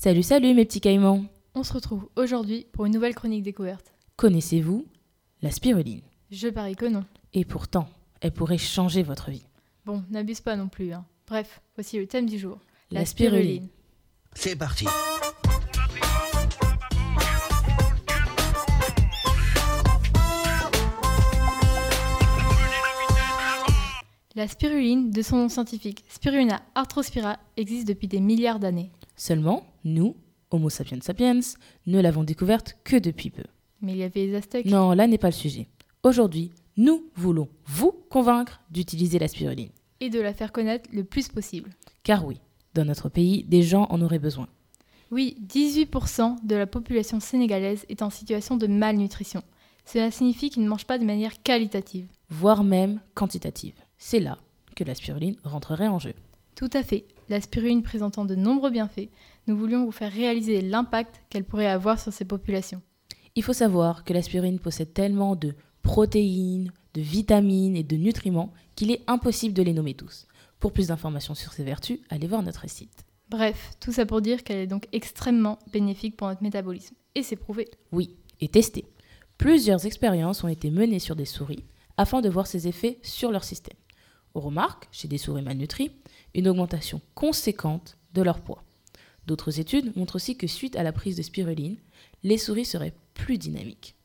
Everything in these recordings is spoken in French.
Salut mes petits caïmans. On se retrouve aujourd'hui pour une nouvelle chronique découverte. Connaissez-vous la spiruline? Je parie que non. Et pourtant, elle pourrait changer votre vie. Bon, n'abuse pas non plus. Bref, voici le thème du jour. La spiruline. C'est parti. La spiruline, de son nom scientifique Spirulina arthrospira, existe depuis des milliards d'années. Seulement, nous, Homo sapiens sapiens, ne l'avons découverte que depuis peu. Mais il y avait les Aztèques. Non, là n'est pas le sujet. Aujourd'hui, nous voulons vous convaincre d'utiliser la spiruline. Et de la faire connaître le plus possible. Car oui, dans notre pays, des gens en auraient besoin. Oui, 18% de la population sénégalaise est en situation de malnutrition. Cela signifie qu'ils ne mangent pas de manière qualitative. Voire même quantitative. C'est là que la spiruline rentrerait en jeu. Tout à fait. La spiruline présentant de nombreux bienfaits, nous voulions vous faire réaliser l'impact qu'elle pourrait avoir sur ces populations. Il faut savoir que la spiruline possède tellement de protéines, de vitamines et de nutriments qu'il est impossible de les nommer tous. Pour plus d'informations sur ses vertus, allez voir notre site. Bref, tout ça pour dire qu'elle est donc extrêmement bénéfique pour notre métabolisme. Et c'est prouvé. Oui, et testé. Plusieurs expériences ont été menées sur des souris afin de voir ses effets sur leur système. On remarque, chez des souris malnutries, une augmentation conséquente de leur poids. D'autres études montrent aussi que suite à la prise de spiruline, les souris seraient plus dynamiques.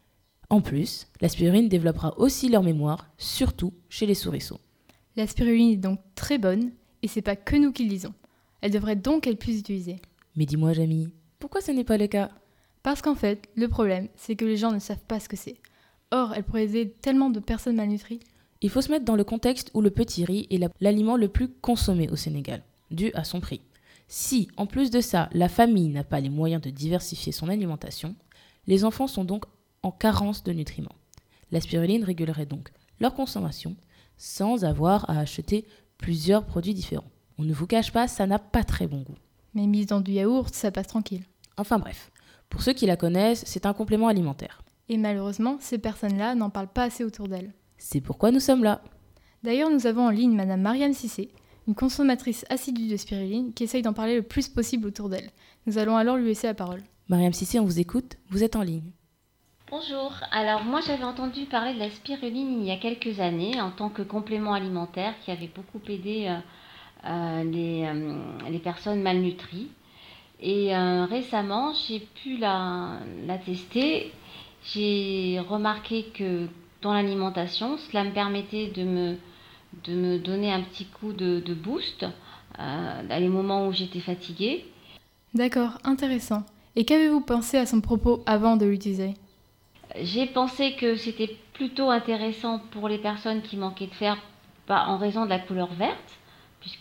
En plus, la spiruline développera aussi leur mémoire, surtout chez les souriceaux. La spiruline est donc très bonne, et c'est pas que nous qui le disons. Elle devrait donc être plus utilisée. Mais dis-moi, Jamie, pourquoi ce n'est pas le cas? Parce qu'en fait, le problème, c'est que les gens ne savent pas ce que c'est. Or, elle pourrait aider tellement de personnes malnutries. Il faut se mettre dans le contexte où le petit riz est l'aliment le plus consommé au Sénégal, dû à son prix. Si, en plus de ça, la famille n'a pas les moyens de diversifier son alimentation, les enfants sont donc en carence de nutriments. La spiruline régulerait donc leur consommation sans avoir à acheter plusieurs produits différents. On ne vous cache pas, ça n'a pas très bon goût. Mais mise dans du yaourt, ça passe tranquille. Enfin bref, pour ceux qui la connaissent, c'est un complément alimentaire. Et malheureusement, ces personnes-là n'en parlent pas assez autour d'elles. C'est pourquoi nous sommes là. D'ailleurs, nous avons en ligne Madame Mariam Cissé, une consommatrice assidue de spiruline qui essaye d'en parler le plus possible autour d'elle. Nous allons alors lui laisser la parole. Mariam Cissé, on vous écoute, vous êtes en ligne. Bonjour, alors moi j'avais entendu parler de la spiruline il y a quelques années en tant que complément alimentaire qui avait beaucoup aidé les personnes malnutries. Et récemment j'ai pu la tester. J'ai remarqué que dans l'alimentation, cela me permettait de me donner un petit coup de boost dans les moments où j'étais fatiguée. D'accord, intéressant. Et qu'avez-vous pensé à son propos avant de l'utiliser ? J'ai pensé que c'était plutôt intéressant pour les personnes qui manquaient de fer en raison de la couleur verte, puisque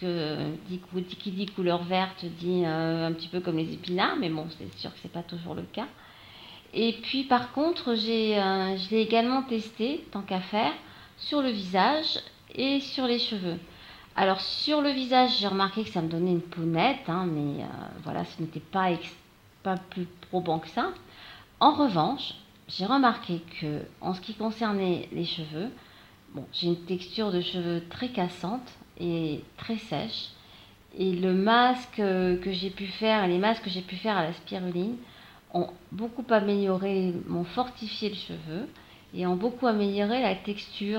qui dit couleur verte dit un petit peu comme les épinards, mais bon, c'est sûr que ce n'est pas toujours le cas. Et puis par contre, je l'ai également testé, tant qu'à faire, sur le visage et sur les cheveux. Alors sur le visage, j'ai remarqué que ça me donnait une peau nette, mais voilà, ce n'était pas plus probant que ça. En revanche, j'ai remarqué que en ce qui concernait les cheveux, j'ai une texture de cheveux très cassante et très sèche. Et le masque que j'ai pu faire, et les masques que j'ai pu faire à la spiruline, ont beaucoup amélioré, m'ont fortifié le cheveu et ont beaucoup amélioré la texture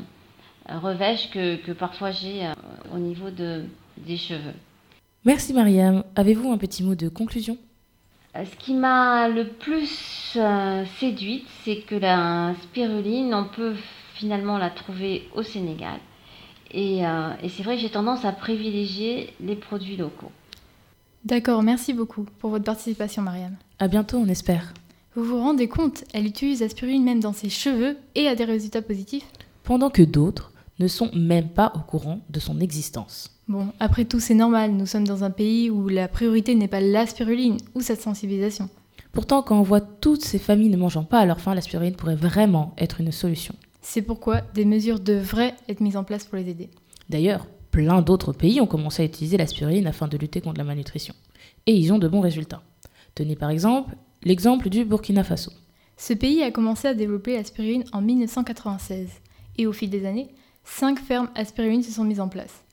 revêche que parfois j'ai au niveau des cheveux. Merci Mariam. Avez-vous un petit mot de conclusion ? Ce qui m'a le plus séduite, c'est que la spiruline, on peut finalement la trouver au Sénégal. Et c'est vrai que j'ai tendance à privilégier les produits locaux. D'accord, merci beaucoup pour votre participation, Mariam. À bientôt, on espère. Vous vous rendez compte, elle utilise la spiruline même dans ses cheveux et a des résultats positifs ? Pendant que d'autres ne sont même pas au courant de son existence. Bon, après tout, c'est normal, nous sommes dans un pays où la priorité n'est pas la spiruline ou cette sensibilisation. Pourtant, quand on voit toutes ces familles ne mangeant pas à leur faim, la spiruline pourrait vraiment être une solution. C'est pourquoi des mesures devraient être mises en place pour les aider. D'ailleurs, plein d'autres pays ont commencé à utiliser la spiruline afin de lutter contre la malnutrition. Et ils ont de bons résultats. Tenez par exemple l'exemple du Burkina Faso. Ce pays a commencé à développer la spiruline en 1996. Et au fil des années, 5 fermes à spiruline se sont mises en place.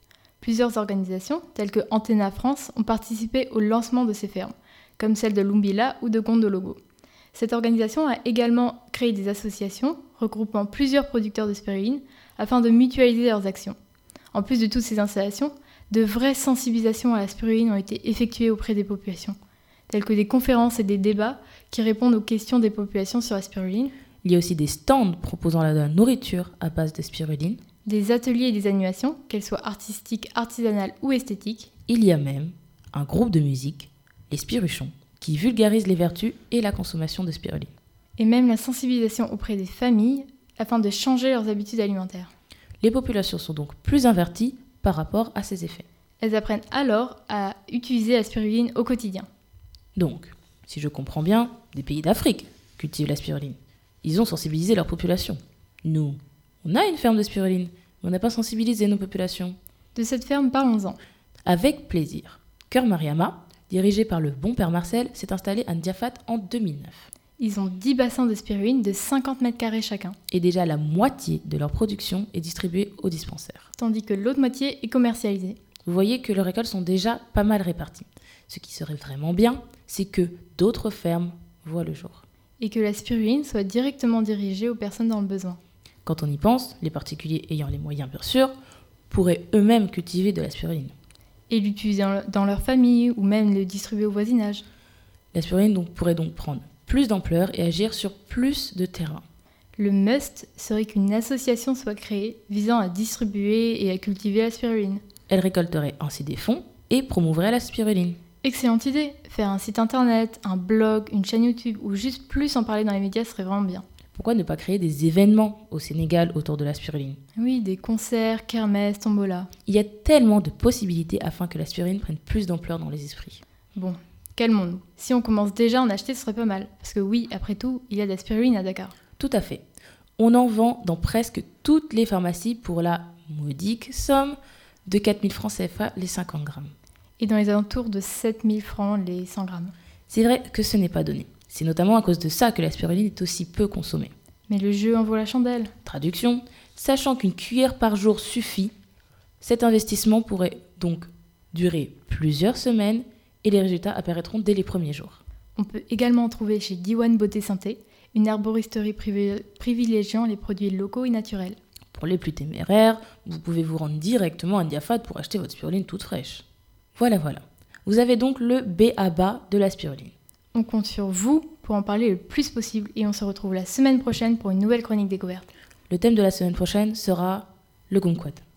Plusieurs organisations, telles que Antenna France, ont participé au lancement de ces fermes, comme celle de Lumbila ou de Gondologo. Cette organisation a également créé des associations regroupant plusieurs producteurs de spiruline afin de mutualiser leurs actions. En plus de toutes ces installations, de vraies sensibilisations à la spiruline ont été effectuées auprès des populations, telles que des conférences et des débats qui répondent aux questions des populations sur la spiruline. Il y a aussi des stands proposant de la nourriture à base de spiruline. Des ateliers et des animations, qu'elles soient artistiques, artisanales ou esthétiques. Il y a même un groupe de musique, les Spiruchons, qui vulgarise les vertus et la consommation de spiruline. Et même la sensibilisation auprès des familles afin de changer leurs habitudes alimentaires. Les populations sont donc plus averties par rapport à ces effets. Elles apprennent alors à utiliser la spiruline au quotidien. Donc, si je comprends bien, des pays d'Afrique cultivent la spiruline. Ils ont sensibilisé leur population. Nous, on a une ferme de spiruline, mais on n'a pas sensibilisé nos populations. De cette ferme, parlons-en. Avec plaisir. Cœur Mariama, dirigé par le bon père Marcel, s'est installé à Ndiafat en 2009. Ils ont 10 bassins de spiruline de 50 mètres carrés chacun. Et déjà la moitié de leur production est distribuée aux dispensaires. Tandis que l'autre moitié est commercialisée. Vous voyez que leurs récoltes sont déjà pas mal réparties. Ce qui serait vraiment bien, c'est que d'autres fermes voient le jour. Et que la spiruline soit directement dirigée aux personnes dans le besoin. Quand on y pense, les particuliers ayant les moyens bien sûr, pourraient eux-mêmes cultiver de la spiruline. Et l'utiliser dans leur famille ou même le distribuer au voisinage. La spiruline pourrait donc prendre plus d'ampleur et agir sur plus de terrain. Le must serait qu'une association soit créée visant à distribuer et à cultiver la spiruline. Elle récolterait ainsi des fonds et promouverait la spiruline. Excellente idée. Faire un site internet, un blog, une chaîne YouTube ou juste plus en parler dans les médias serait vraiment bien. Pourquoi ne pas créer des événements au Sénégal autour de la spiruline ? Oui, des concerts, kermesses, tombola. Il y a tellement de possibilités afin que la spiruline prenne plus d'ampleur dans les esprits. Bon, calmons-nous. Si on commence déjà à en acheter, ce serait pas mal. Parce que oui, après tout, il y a de la spiruline à Dakar. Tout à fait. On en vend dans presque toutes les pharmacies pour la modique somme de 4 000 francs CFA les 50 grammes. Et dans les alentours de 7 000 francs les 100 grammes. C'est vrai que ce n'est pas donné. C'est notamment à cause de ça que la spiruline est aussi peu consommée. Mais le jeu en vaut la chandelle. Traduction, sachant qu'une cuillère par jour suffit, cet investissement pourrait donc durer plusieurs semaines et les résultats apparaîtront dès les premiers jours. On peut également en trouver chez Diwan Beauté Santé, une arboristerie privilégiant les produits locaux et naturels. Pour les plus téméraires, vous pouvez vous rendre directement à Ndiafat pour acheter votre spiruline toute fraîche. Voilà. Vous avez donc le B.A.B.A. de la spiruline. On compte sur vous pour en parler le plus possible et on se retrouve la semaine prochaine pour une nouvelle chronique découverte. Le thème de la semaine prochaine sera le kumquat.